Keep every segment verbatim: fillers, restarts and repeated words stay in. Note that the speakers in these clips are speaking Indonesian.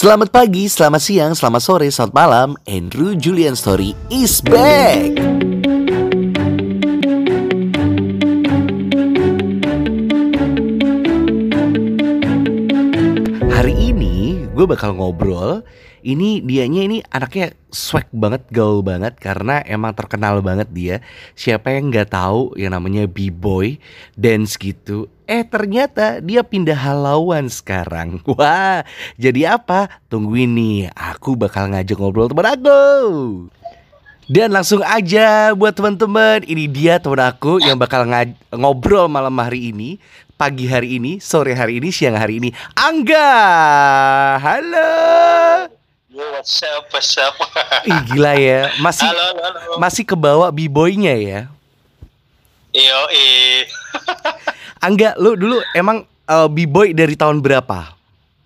Selamat pagi, selamat siang, selamat sore, selamat malam. Andrew Julian Story is back. Hari ini gue bakal ngobrol. Ini dianya ini anaknya swag banget, gaul banget, karena emang terkenal banget dia. Siapa yang nggak tahu yang namanya B-boy, dance gitu. Eh ternyata dia pindah halauan sekarang. Wah, jadi apa? Tungguin nih, aku bakal ngajak ngobrol teman aku. Dan langsung aja buat teman-teman, ini dia teman aku yang bakal ngaj- ngobrol malam hari ini, pagi hari ini, sore hari ini, siang hari ini. Angga, halo. Yo, what's up, what's up? Ih gila ya, masih Halo, halo, halo. masih kebawa b-boynya ya. Yo, eh. Angga, lu dulu emang uh, b-boy dari tahun berapa?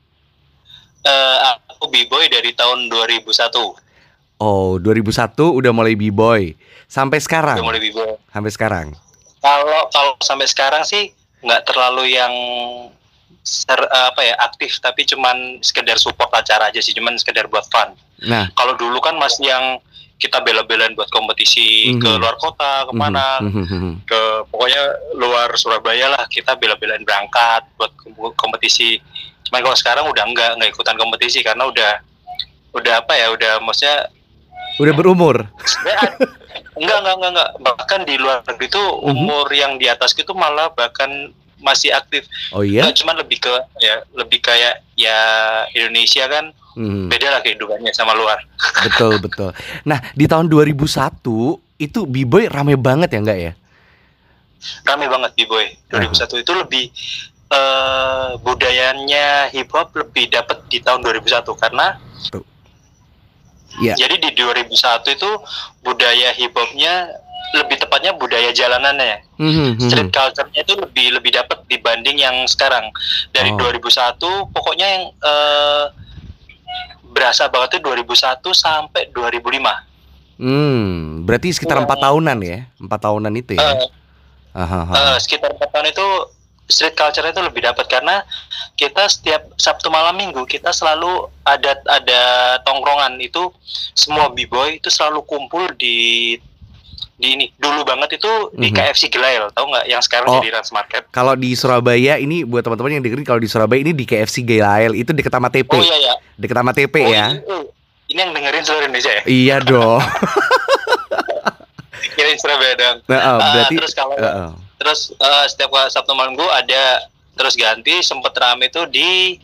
Eh, aku B-boy dari tahun dua ribu satu. Oh, dua ribu satu udah mulai b-boy. Sampai sekarang? Udah mulai B-boy. Sampai sekarang? Kalau kalau sampai sekarang sih nggak terlalu yang ser, apa ya aktif, tapi cuman sekedar support acara aja sih, cuman sekedar buat fun. Nah, Kalau dulu kan masih yang kita bela-belain buat kompetisi Mhm. ke luar kota, kemana, mhm, mhm, mhm. ke pokoknya luar Surabaya lah, kita bela-belain berangkat buat kom- kompetisi. Cuman kalau sekarang udah enggak enggak ikutan kompetisi karena udah udah apa ya, udah maksudnya Udah berumur? sebenarnya ad- enggak enggak enggak enggak bahkan di luar negeri itu Mhm. umur yang di atas itu malah bahkan masih aktif. Oh iya? Enggak, cuman lebih ke ya lebih kayak ya Indonesia kan Mhm. beda lah kehidupannya sama luar. Betul, betul. Nah, di tahun dua ribu satu itu b-boy rame banget ya enggak ya? Rame banget B-boy dua ribu satu itu lebih eh, budayanya hip hop lebih dapat di tahun dua ribu satu karena Tuh. Iya. jadi di dua ribu satu itu budaya hip hopnya lebih tepatnya budaya jalanannya, Mhm, mhm. street culture-nya itu lebih lebih dapat dibanding yang sekarang. Dari Oh. dua ribu satu pokoknya yang eh, berasa banget itu dua ribu satu sampai dua ribu lima. Hmm, berarti sekitar Iya. empat tahunan ya? Empat tahunan itu ya? Eh, Aha, aha. eh, sekitar empat tahun itu street culture itu lebih dapat karena kita setiap Sabtu malam Minggu kita selalu ada ada tongkrongan itu, semua b-boy itu selalu kumpul di di ini dulu banget itu di Mhm. K F C Gelail, tahu nggak, yang sekarang Oh. jadi Rans Market. Kalau di Surabaya ini buat teman-teman yang dengerin, kalau di Surabaya ini di K F C Gelail itu dekat sama T P. Oh iya ya. Dekat sama T P Oh, ya. ini, oh, ini yang dengerin seluruh Indonesia ya? Iya dong. Kirain Surabaya dong. Nah, oh, Ah, berarti terus kalau uh, uh. terus eh, setiap Sabtu malam Minggu ada terus ganti, sempet rame tuh di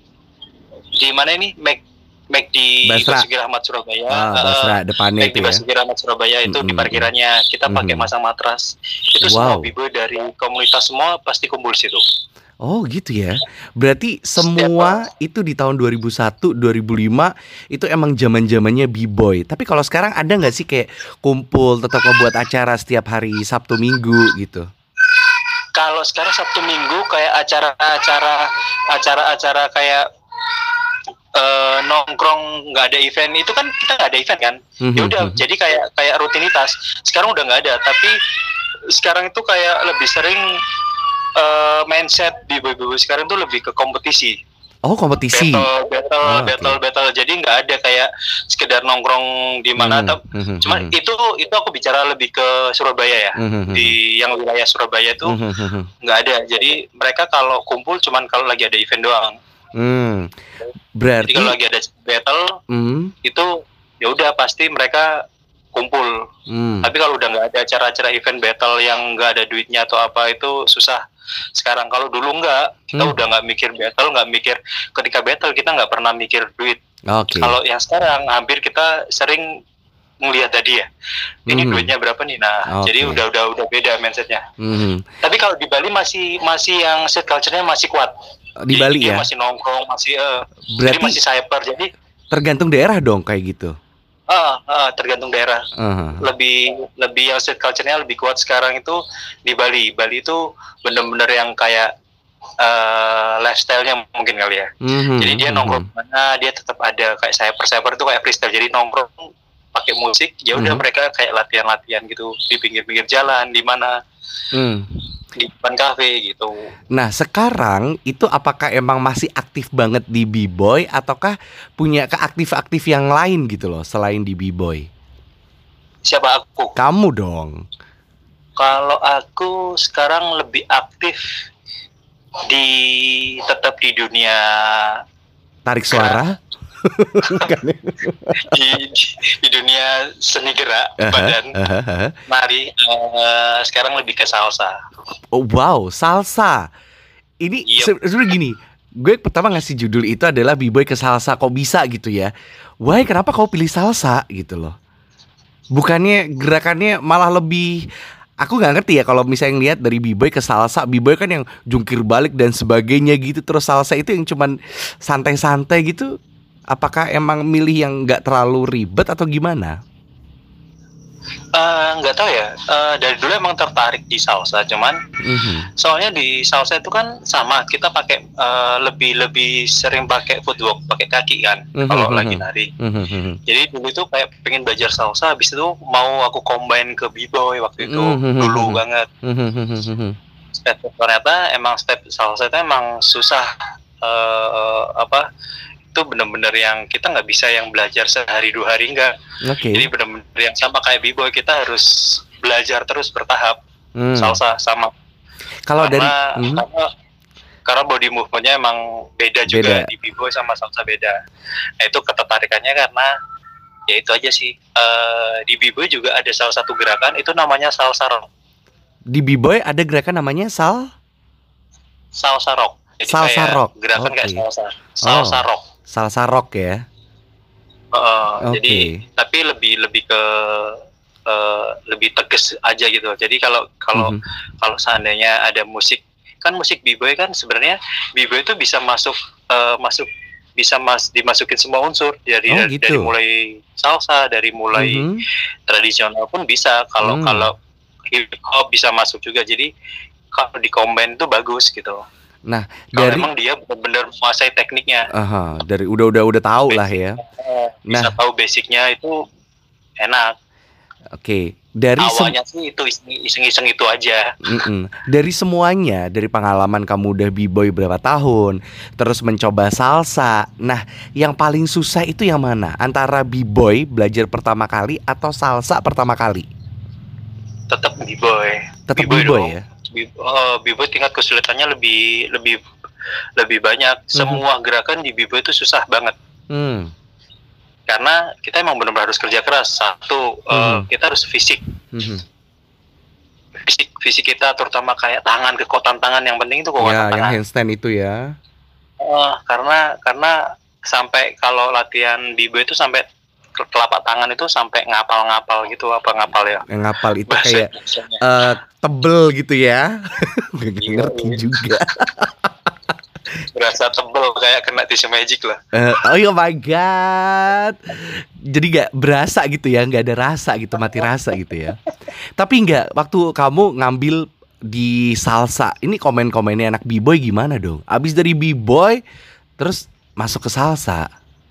di mana ini Mac Mac di Basra. Basuki Rahmat Surabaya. Ah, Eh, Basra depannya Mac itu di ya. Basuki Rahmat Surabaya itu di Mm-mm. parkirannya kita pakai Mhm. masang matras. Itu semua Wow. b-boy dari komunitas semua pasti kumpul di situ. Oh gitu ya. Berarti semua itu di tahun dua ribu satu, dua ribu lima itu emang zaman-zamannya b-boy. Tapi kalau sekarang ada nggak sih kayak kumpul tetap ngebuat acara setiap hari Sabtu Minggu gitu? Kalau sekarang Sabtu Minggu kayak acara-acara acara-acara kayak eh, nongkrong, nggak ada event, itu kan kita nggak ada event kan. Ya udah, Mhm. jadi kayak kayak rutinitas. Sekarang udah nggak ada, tapi sekarang itu kayak lebih sering eh, mindset di boy-boy sekarang tuh lebih ke kompetisi, Oh kompetisi. battle, battle, Ah, oke. battle, battle. Jadi nggak ada kayak sekedar nongkrong di mana. Mhm, tap- mhm, Cuman mhm. itu itu aku bicara lebih ke Surabaya ya. Mhm, Di yang wilayah Surabaya itu mhm, mhm. nggak ada. Jadi mereka kalau kumpul cuman kalau lagi ada event doang. Hmm, Jadi berarti kalau lagi ada battle hmm, itu ya udah pasti mereka kumpul. hmm. Tapi kalau udah nggak ada acara-acara event battle yang nggak ada duitnya atau apa itu susah. Sekarang kalau dulu nggak, kita Hmm. udah nggak mikir battle, nggak mikir ketika battle kita nggak pernah mikir duit. Oke. Kalau yang sekarang hampir kita sering melihat tadi ya, ini Mhm. duitnya berapa nih. Nah, Oke. jadi udah udah udah beda mindsetnya. Mhm. Tapi kalau di Bali masih masih yang street culture-nya masih kuat. Di Jadi Bali dia ya. masih nongkrong, masih eh, jadi Berarti masih cyber. Jadi tergantung daerah dong kayak gitu. ah, ah, tergantung daerah. Aha. Lebih lebih yang street culture-nya lebih kuat sekarang itu di Bali. Bali itu bener-bener yang kayak eh, lifestyle-nya mungkin kali ya. Mhm, Jadi dia mhm. nongkrong mana dia tetap ada kayak cyber cyber itu kayak freestyle. Jadi nongkrong pakai musik, ya udah Mhm. mereka kayak latihan-latihan gitu di pinggir-pinggir jalan di mana. Hmm. di depan kafe gitu. Nah, sekarang itu apakah emang masih aktif banget di B-Boy ataukah punya keaktif-aktif yang lain gitu loh selain di B-Boy? Siapa aku? Kamu dong. Kalau aku sekarang lebih aktif di tetap di dunia Tarik suara? di, di, di dunia seni gerak Aha, badan aha, aha. nari, eh, sekarang lebih ke salsa. Oh wow, salsa. Ini Yep. se- sebenarnya gini, gue pertama ngasih judul itu adalah B-Boy ke salsa. Kok bisa gitu ya? Why, kenapa kau pilih salsa gitu loh? Bukannya gerakannya malah lebih. Aku nggak ngerti ya kalau misalnya ngeliat dari B-Boy ke salsa. B-Boy kan yang jungkir balik dan sebagainya gitu. Terus salsa itu yang cuman santai-santai gitu. Apakah emang milih yang nggak terlalu ribet atau gimana? Eh, nggak tahu ya. Eh, dari dulu emang tertarik di salsa, cuman Mhm, soalnya di salsa itu kan sama kita pakai, eh, lebih lebih sering pakai footwork, pakai kaki kan mhm, kalau mhm, lagi nari. mhm, mhm, Jadi dulu itu kayak pengen belajar salsa, habis itu mau aku combine ke b-boy waktu itu mhm, dulu mhm, banget. mhm, mhm, mhm. Step ternyata emang step salsa itu emang susah. Eh, apa itu bener-bener yang kita nggak bisa yang belajar sehari dua hari, enggak. Oke. Jadi bener-bener yang sama kayak b-boy, kita harus belajar terus bertahap. Hmm. Salsa sama Kalau dari karena mhm. karena karena body movementnya emang beda juga. Beda. Di b-boy sama salsa beda. Nah, itu ketertarikannya karena ya itu aja sih. Eh, di b-boy juga ada salah satu gerakan itu namanya salsa rock. Di B-Boy ada gerakan namanya sal Salsa rock. Jadi Salsa kayak rock. gerakan Oke. kayak salsa. Salsa Oh. rock. salsa rock ya. Eh, Oke. Jadi tapi lebih lebih ke eh, lebih tegas aja gitu. Jadi kalau kalau Mhm. kalau seandainya ada musik, kan musik b-boy kan sebenarnya b-boy itu bisa masuk eh, masuk bisa mas dimasukin semua unsur dari Oh, dari, gitu. dari mulai salsa, dari mulai Mhm. tradisional pun bisa. Kalau Hmm. kalau hip hop bisa masuk juga. Jadi kalau di combine itu bagus gitu. Nah, Kalau dari emang dia benar-benar menguasai tekniknya, aha, dari udah udah udah tahu lah ya. bisa Nah, tahu basicnya itu enak. oke. Dari sem- Awalnya sih itu iseng- iseng-iseng itu aja. Mm-mm. Dari semuanya, dari pengalaman kamu udah B-Boy berapa tahun, terus mencoba salsa. Nah, yang paling susah itu yang mana? Antara B-Boy belajar pertama kali atau salsa pertama kali? Tetap b-boy. Tetap B-boy B-Boy dong. ya. B- oh, b-boy tingkat kesulitannya lebih lebih lebih banyak. Semua gerakan di b-boy itu susah banget. Hmm. Karena kita emang benar-benar harus kerja keras. Satu, eh, Mhm. kita harus fisik. Mhm. Fisik fisik kita terutama kayak tangan, kekuatan tangan yang penting itu kekuatan Ya, yang tangan. handstand itu ya. Eh, karena karena sampai kalau latihan b-boy itu sampai ke- telapak tangan itu sampai ngapal-ngapal gitu, apa ngapal ya? Yang ngapal itu Bahasa kayak Indonesianya. eh, tebel gitu ya. Gak Iya, ngerti iya. juga. Berasa tebel kayak kena tisu magic lah. Eh, oh my god. Jadi gak berasa gitu ya, gak ada rasa gitu, mati rasa gitu ya. Tapi nggak, waktu kamu ngambil di salsa, ini komen-komennya anak B-Boy gimana dong? Abis dari B-Boy, terus masuk ke salsa.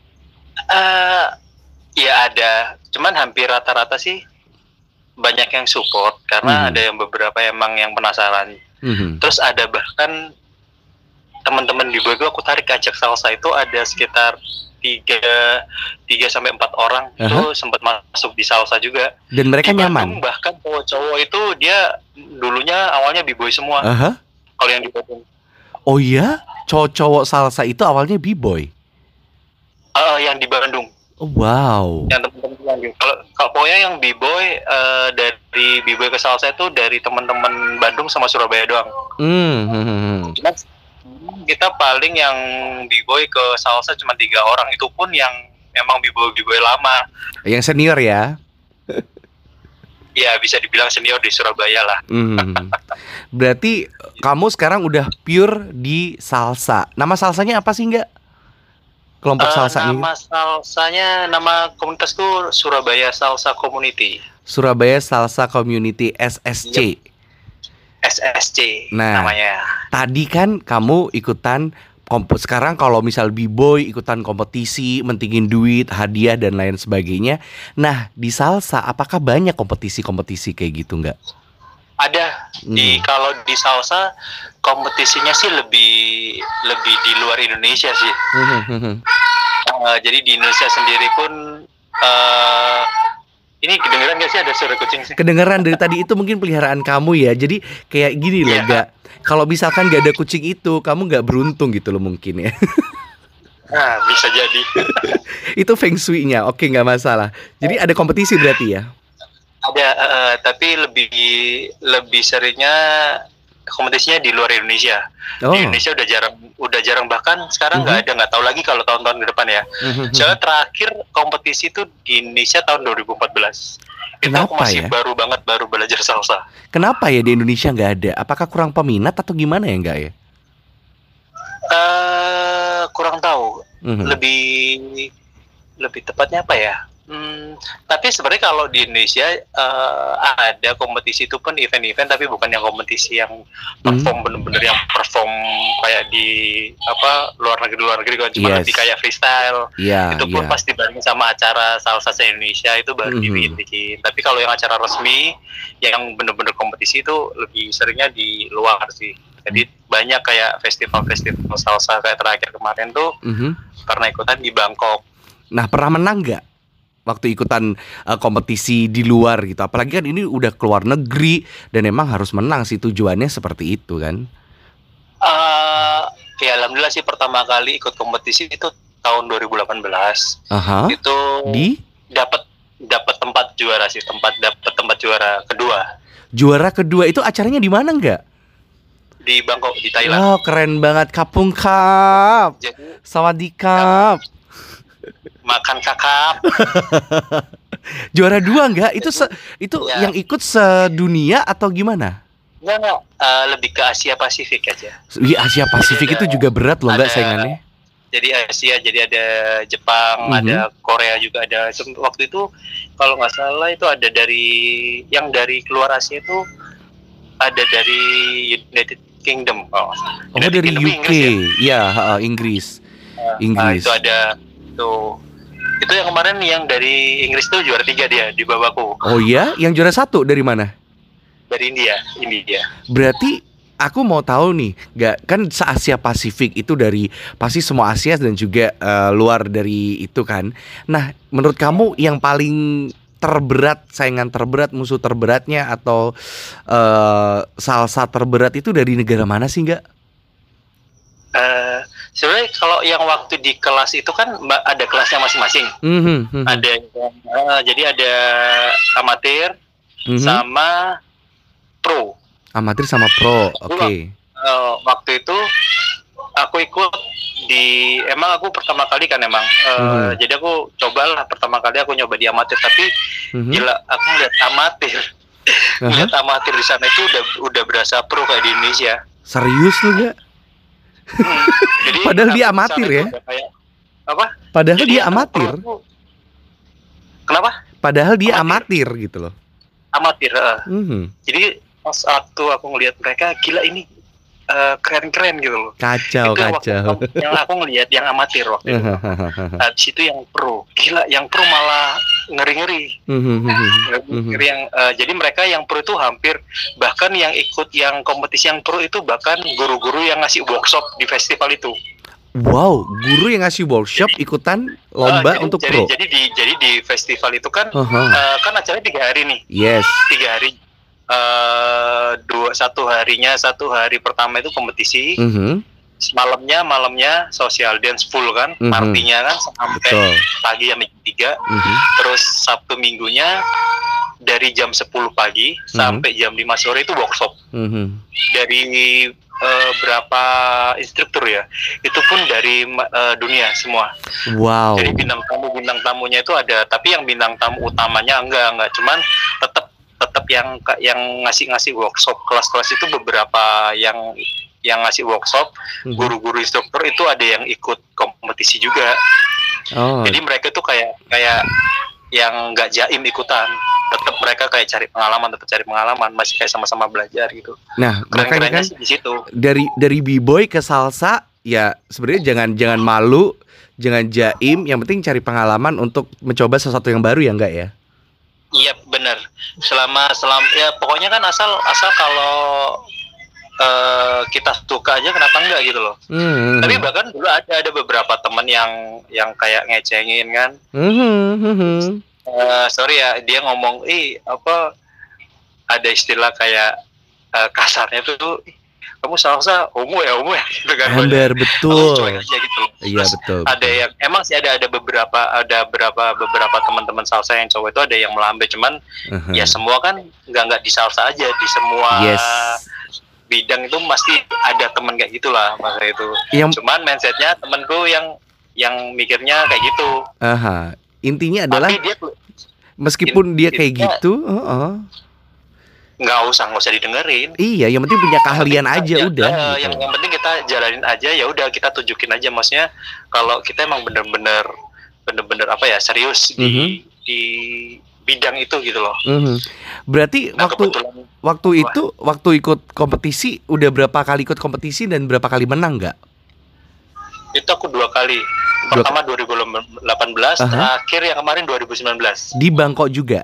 Eh, ya ada, cuman hampir rata-rata sih banyak yang support karena Mhm. ada yang beberapa emang yang penasaran. Mhm. Terus ada bahkan teman-teman di Bogo aku tarik ajak salsa itu ada sekitar tiga tiga sampai empat orang itu Aha. sempat masuk di salsa juga. Dan mereka Di Bandung nyaman. bahkan cowok-cowok itu dia dulunya awalnya b-boy semua. Aha. Kalau yang di Bandung, Oh iya, cowok-cowok salsa itu awalnya B-Boy. Eh, yang di Bandung, Oh, wow. yang teman-teman yang di- kalau kalau pokoknya yang b-boy, eh, dari b-boy ke salsa itu dari teman-teman Bandung sama Surabaya doang. Hmm, hmm, hmm, hmm. Cuman kita paling yang b-boy ke salsa cuma tiga orang, itu pun yang memang b-boy b-boy lama. Yang senior ya. Ya bisa dibilang senior di Surabaya lah. Hmm. Berarti kamu sekarang udah pure di salsa. Nama salsanya apa sih, enggak? Kelompok Eh, salsa ini. nama salsanya, nama komunitasku Surabaya Salsa Community, Surabaya Salsa Community S S C. S S C Nah. namanya. Tadi kan kamu ikutan komp- sekarang kalau misal B-Boy ikutan kompetisi, mentingin duit, hadiah dan lain sebagainya. Nah, di salsa apakah banyak kompetisi-kompetisi kayak gitu enggak? Ada di Hmm. kalau di salsa kompetisinya sih lebih lebih di luar Indonesia sih. Mhm, mhm. Eh, jadi di Indonesia sendiri pun eh ini kedengeran gak sih ada suara kucing sih? Kedengeran dari tadi itu mungkin peliharaan kamu ya. Jadi kayak gini loh, Iya. gak, kalau misalkan gak ada kucing itu, kamu gak beruntung gitu loh mungkin ya. Nah, bisa jadi. Itu feng shui-nya, oke nggak masalah. Jadi ada kompetisi berarti ya? Ada eh, tapi lebih lebih seringnya kompetisinya di luar Indonesia. Di Oh. Indonesia udah jarang udah jarang bahkan sekarang nggak Mhm. ada, nggak tahu lagi kalau tahun-tahun ke depan ya. Mhm, Soalnya mhm. terakhir kompetisi itu di Indonesia tahun dua ribu empat belas. Itu aku Kenapa masih ya? baru banget baru belajar salsa. Kenapa ya di Indonesia nggak ada? Apakah kurang peminat atau gimana ya nggak ya? Eh kurang tahu. Mhm. Lebih lebih tepatnya apa ya? Hmm, tapi sebenarnya kalau di Indonesia eh, ada kompetisi itu pun event-event, tapi bukan yang kompetisi yang perform bener-bener yang perform kayak di apa luar negeri luar negeri kan, cuma Yes. lebih kayak freestyle. Iya, Itu pun iya. pas dibanding sama acara salsa se-Indonesia itu baru Mhm. dibikin-bikin. Tapi kalau yang acara resmi yang bener-bener kompetisi itu lebih seringnya di luar sih. Jadi banyak kayak festival-festival salsa kayak terakhir kemarin tuh Mhm. pernah ikutan di Bangkok. Nah, pernah menang nggak waktu ikutan eh, kompetisi di luar gitu? Apalagi kan ini udah keluar negeri dan emang harus menang sih, tujuannya seperti itu kan? Eh, ya alhamdulillah sih pertama kali ikut kompetisi itu tahun dua ribu delapan belas. Aha. Itu Di dapat dapat tempat juara sih, tempat dapat tempat juara kedua juara kedua itu acaranya di mana nggak? di Bangkok di Thailand. Wow, keren banget. Kapung Kap. Jadi Sawadikap. makan kakap. Juara dua nggak? Itu se itu Ya. yang ikut sedunia atau gimana? Enggak enggak. Eh, lebih ke Asia Pasifik aja. Di Asia Pasifik Jadi itu ada- juga berat loh nggak ada- saingannya? Jadi Asia, jadi ada Jepang, Mhm. ada Korea juga ada. Sem- Waktu itu kalau nggak salah itu ada dari yang dari keluar Asia itu ada dari United Kingdom. Oh, Oh, dari U K. Iya, ha, Inggris. Nah, Inggris. itu ada tuh. Itu yang kemarin yang dari Inggris tuh juara tiga dia di bawahku. Oh iya, yang juara satu dari mana? Dari India, India. Berarti aku mau tahu nih, nggak kan se-Asia Pasifik itu dari pasti semua Asia dan juga eh, luar dari itu kan. Nah, menurut kamu yang paling terberat, saingan terberat, musuh terberatnya atau eh, salsa terberat itu dari negara mana sih nggak? Eh, sebenarnya kalau yang waktu di kelas itu kan mbak, ada kelasnya masing-masing. Mhm, mhm, Ada yang, eh, jadi ada amatir mhm. sama pro. Amatir sama pro, oke. Eh, waktu itu aku ikut di emang aku pertama kali kan emang eh, Mhm. jadi aku cobalah pertama kali aku nyoba di amatir, tapi Mhm. gila aku ngeliat amatir Aha. ngeliat amatir di sana itu udah udah berasa pro kayak di Indonesia. Serius lu nggak? Hmm, jadi Padahal dia aku di sana amatir itu ya? udah kayak, apa? Padahal Jadi dia aku amatir. pro tuh- Kenapa? Padahal dia Amatir. amatir gitu loh. Amatir. eh. Mhm. Jadi pas waktu aku ngeliat mereka gila ini eh, keren-keren gitu loh. Kacau, Itu waktu kacau. yang aku ngelihat yang amatir waktu itu. Habis itu yang pro, gila yang pro malah ngeri-ngeri, Mhm, mhm, ngeri yang eh, jadi mereka yang pro itu hampir bahkan yang ikut yang kompetisi yang pro itu bahkan guru-guru yang ngasih workshop di festival itu. Wow, guru yang ngasih workshop ikutan lomba Eh, jadi, untuk jadi, pro. Jadi di jadi di festival itu kan Aha. eh, kan acaranya tiga hari nih, Yes. tiga hari. eh dua satu harinya satu hari pertama itu kompetisi, Mhm. malamnya malamnya social dance full kan, Mhm. partinya kan sampai Betul. pagi jam tiga. Mhm. Terus Sabtu Minggunya dari jam sepuluh pagi Mhm. sampai jam lima sore itu workshop Mhm. dari eh, berapa instruktur ya. Itu pun dari eh, dunia semua. Wow. Jadi bintang tamu bintang tamunya itu ada, tapi yang bintang tamu utamanya enggak enggak cuman tetap tetap yang yang ngasih-ngasih workshop kelas-kelas itu beberapa yang yang ngasih workshop Mhm. guru-guru instruktur itu ada yang ikut kompetisi juga. Oh. Jadi mereka tuh kayak kayak yang nggak jaim ikutan, tetap mereka kayak cari pengalaman, tetap cari pengalaman, masih kayak sama-sama belajar gitu. Nah, makanya Keren-kerennya kan sih di situ. dari dari b-boy ke salsa ya sebenarnya jangan jangan malu, jangan jaim, yang penting cari pengalaman untuk mencoba sesuatu yang baru ya enggak ya? Iya benar. selama selam ya pokoknya kan asal asal kalau uh, kita suka aja kenapa enggak gitu loh. Hmm. Tapi bahkan dulu ada ada beberapa teman yang yang kayak ngecengin kan. Hmm. Uh, sorry ya, dia ngomong, ih apa ada istilah kayak uh, kasarnya tuh, kamu salsa homo ya homo ya gitu kan. Ember, betul. Cuek aja gitu. Iya betul. Ada betul. Yang emang sih ada ada beberapa ada beberapa beberapa teman-teman salsa yang cowok itu ada yang melambai, cuman uh-huh. ya semua kan nggak nggak di salsa aja, di semua yes. bidang itu pasti ada teman kayak gitulah masa itu. Yang... Cuman mindsetnya temanku yang yang mikirnya kayak gitu. Aha. Intinya adalah dia, meskipun in, dia kayak intinya, gitu, uh-uh. nggak usah nggak usah didengerin. Iya, yang penting punya keahlian aja ya, udah. Uh, gitu. Yang yang penting kita jalanin aja, ya udah kita tunjukin aja, maksudnya kalau kita emang bener-bener bener-bener apa ya serius mm-hmm. di di bidang itu gitu loh. Mm-hmm. Berarti nah, waktu waktu wah. itu waktu ikut kompetisi udah berapa kali ikut kompetisi dan berapa kali menang nggak? Itu aku dua kali. Pertama dua ribu delapan belas, uh-huh. terakhir yang kemarin dua ribu sembilan belas. Di Bangkok juga?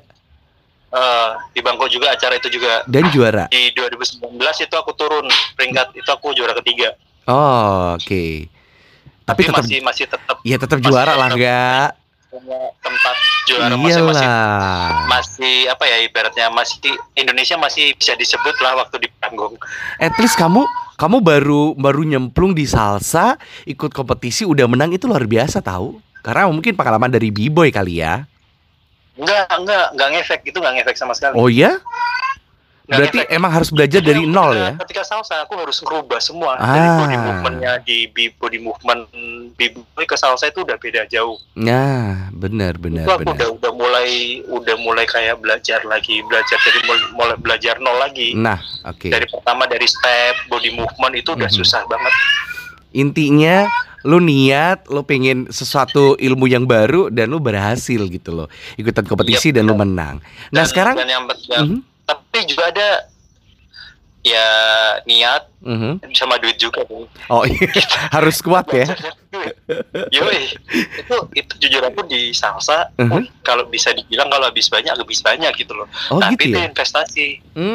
Uh, di Bangkok juga acara itu juga. Dan juara? Di dua ribu sembilan belas itu aku turun peringkat, itu aku juara ketiga. Oh, oke. Okay. Tapi, Tapi tetap, masih masih tetap. Ya tetap juara lah enggak? Tempat juara masih, masih masih apa ya ibaratnya masih Indonesia masih bisa disebut lah waktu di panggung. At least kamu kamu baru baru nyemplung di salsa, ikut kompetisi udah menang, itu luar biasa tahu. Karena mungkin pengalaman dari B-boy kali ya. Enggak, enggak, enggak ngefek, itu enggak ngefek sama sekali. Oh ya? Berarti ngefek. Emang harus belajar jadi dari nol ya? Ketika salsa aku harus ngerubah semua. Ah. Dari body movementnya di body movement B-boy ke salsa itu udah beda jauh. Nah, benar benar. Itu aku benar. udah udah mulai udah mulai kayak belajar lagi, belajar dari mulai belajar nol lagi. Nah, oke. Okay. Dari pertama dari step body movement itu udah mm-hmm. susah banget. Intinya lu niat, lu pengen sesuatu ilmu yang baru dan lu berhasil gitu loh. Ikutan kompetisi yep, dan lu menang. Nah, dan, dan sekarang yang, yang, mm-hmm. tapi juga ada ya niat mm-hmm. sama duit juga tuh. Oh iya, harus kuat ya. Yoi, itu itu jujur aku di salsa, uh-huh. kalau bisa dibilang kalau habis banyak habis banyak gitu loh. Oh, tapi gitu itu ya? Investasi.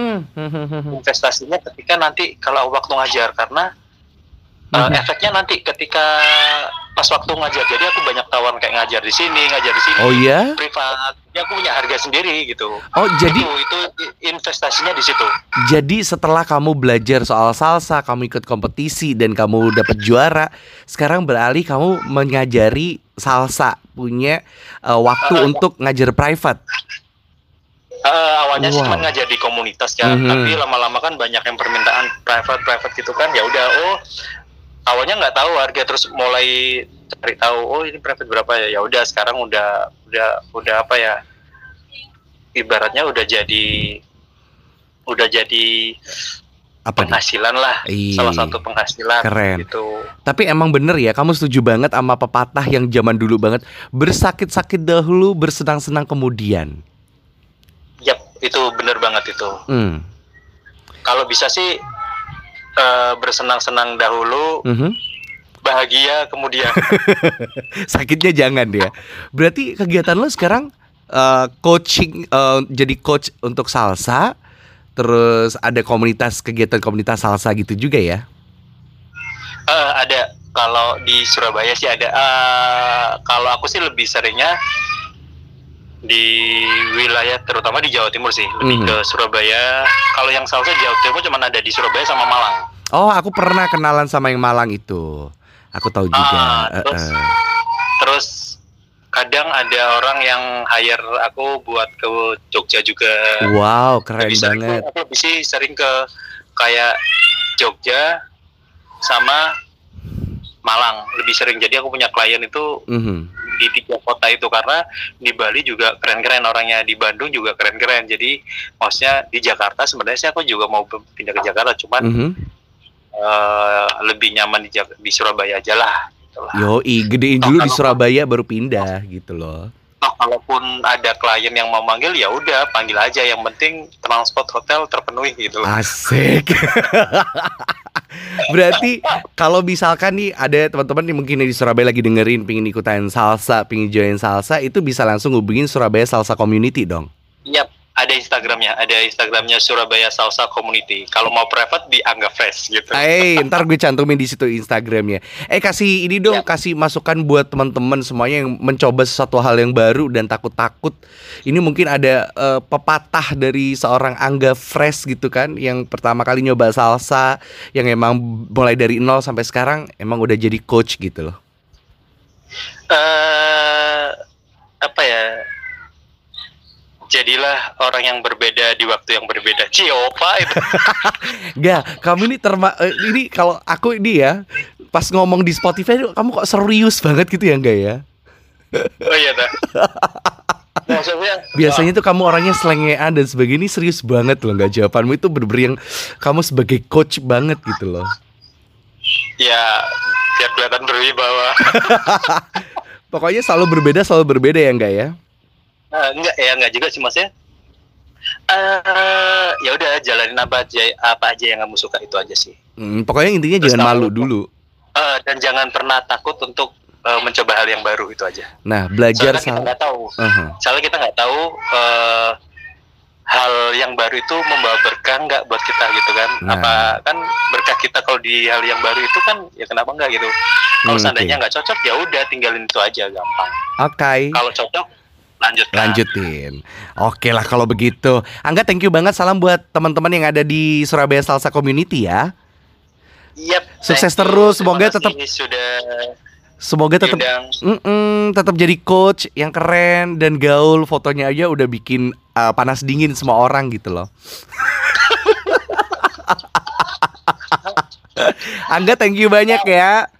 Mm. Investasinya ketika nanti kalau waktu ngajar, karena uh, uh-huh. efeknya nanti ketika pas waktu ngajar. Jadi aku banyak tawaran kayak ngajar di sini, ngajar di sini. Oh iya? Privat. Ya aku punya harga sendiri gitu. Oh jadi itu, itu investasinya di situ. Jadi setelah kamu belajar soal salsa, kamu ikut kompetisi dan kamu dapat juara, sekarang beralih kamu mengajari salsa, punya uh, waktu uh, untuk ngajar private. Uh, awalnya wow. sih cuma ngajar di komunitas ya, mm-hmm. tapi lama-lama kan banyak yang permintaan private private gitu kan. Ya udah, oh awalnya nggak tahu harga, terus mulai cari tahu, oh ini private berapa ya. Ya udah sekarang udah udah udah apa ya, ibaratnya udah jadi udah jadi apa penghasilan nih? Lah Iyi, salah satu penghasilan. Keren gitu. Tapi emang bener ya, kamu setuju banget sama pepatah yang zaman dulu banget, bersakit-sakit dahulu, bersenang-senang kemudian. Yap, itu bener banget itu. hmm. Kalau bisa sih uh, bersenang-senang dahulu, mm-hmm. bahagia kemudian. Sakitnya jangan ya. Berarti kegiatan lo sekarang uh, coaching, uh, jadi coach untuk salsa, terus ada komunitas, kegiatan komunitas salsa gitu juga ya? Uh, ada. Kalau di Surabaya sih ada. Uh, kalau aku sih lebih seringnya di wilayah, terutama di Jawa Timur sih, lebih mm-hmm. ke Surabaya. Kalau yang salsa Jawa Timur cuma ada di Surabaya sama Malang. Oh, aku pernah kenalan sama yang Malang itu. Aku tahu juga. Uh, terus, uh, uh. terus kadang ada orang yang hire aku buat ke Jogja juga. Wow, keren lebih banget. Aku lebih sih sering ke kayak Jogja sama Malang, lebih sering. Jadi aku punya klien itu mm-hmm. di tiga kota itu, karena di Bali juga keren-keren orangnya, di Bandung juga keren-keren. Jadi maksudnya di Jakarta sebenarnya sih aku juga mau pindah ke Jakarta, cuman mm-hmm. uh, lebih nyaman di, di Surabaya aja lah. Yoi, gedein dulu di Surabaya baru pindah gitu loh. Nah, kalaupun ada klien yang mau manggil ya udah panggil aja, yang penting transport hotel terpenuhi gitu loh. Asik. Berarti kalau misalkan nih ada teman-teman yang mungkin di Surabaya lagi dengerin, pingin ikutan salsa, pingin join salsa, itu bisa langsung hubungin Surabaya Salsa Community dong? Yap, ada Instagramnya, ada Instagramnya Surabaya Salsa Community. Kalau mau private di Angga Fresh gitu. Eh, ntar gue cantumin di situ Instagramnya. Eh, kasih ini dong, Ya. kasih masukan buat teman-teman semuanya yang mencoba sesuatu hal yang baru dan takut-takut. Ini mungkin ada eh, pepatah dari seorang Angga Fresh gitu kan, yang pertama kali nyoba salsa, yang emang mulai dari nol sampai sekarang emang udah jadi coach gitu loh. Eh apa ya? Jadilah orang yang berbeda di waktu yang berbeda. Ciopa itu. Gak, kamu ini terma eh, ini kalau aku ini ya, pas ngomong di Spotify kamu kok serius banget gitu ya, enggak ya? Oh iya dah. Maksudnya Biasanya tuh kamu orangnya selengean dan sebagainya, ini serius banget loh, nggak, jawabanmu itu bener-bener yang kamu sebagai coach banget gitu loh. ya biar kelihatan berwibawa. Pokoknya selalu berbeda, selalu berbeda ya, enggak ya? Uh, enggak ya, enggak juga sih maksudnya. Eh ya udah jalanin apa aja apa aja yang kamu suka itu aja sih. Hmm, pokoknya intinya Terus jangan kamu- malu dulu. Eh, dan jangan pernah takut untuk eh, mencoba hal yang baru itu aja. Nah, belajar Soalnya kita sal- nggak tahu. Uh-huh. Soalnya kita nggak tahu eh, hal yang baru itu membawa berkah nggak buat kita gitu kan? Nah. Apa kan berkah kita kalau di hal yang baru itu kan ya kenapa nggak gitu? Kalau Hmm, seandainya oke. nggak cocok ya udah tinggalin itu aja gampang. Oke. Kalau cocok lanjutkan. Lanjutin. Oke lah kalau begitu. Angga, thank you banget. Salam buat teman-teman yang ada di Surabaya Salsa Community ya. Yep, Sukses thank you. terus, Terima semoga kasih tetap- sudah Semoga tetap diundang. Mm-mm, tetap jadi coach yang keren dan gaul. Fotonya aja udah bikin uh, panas dingin semua orang gitu loh. Angga, thank you banyak ya.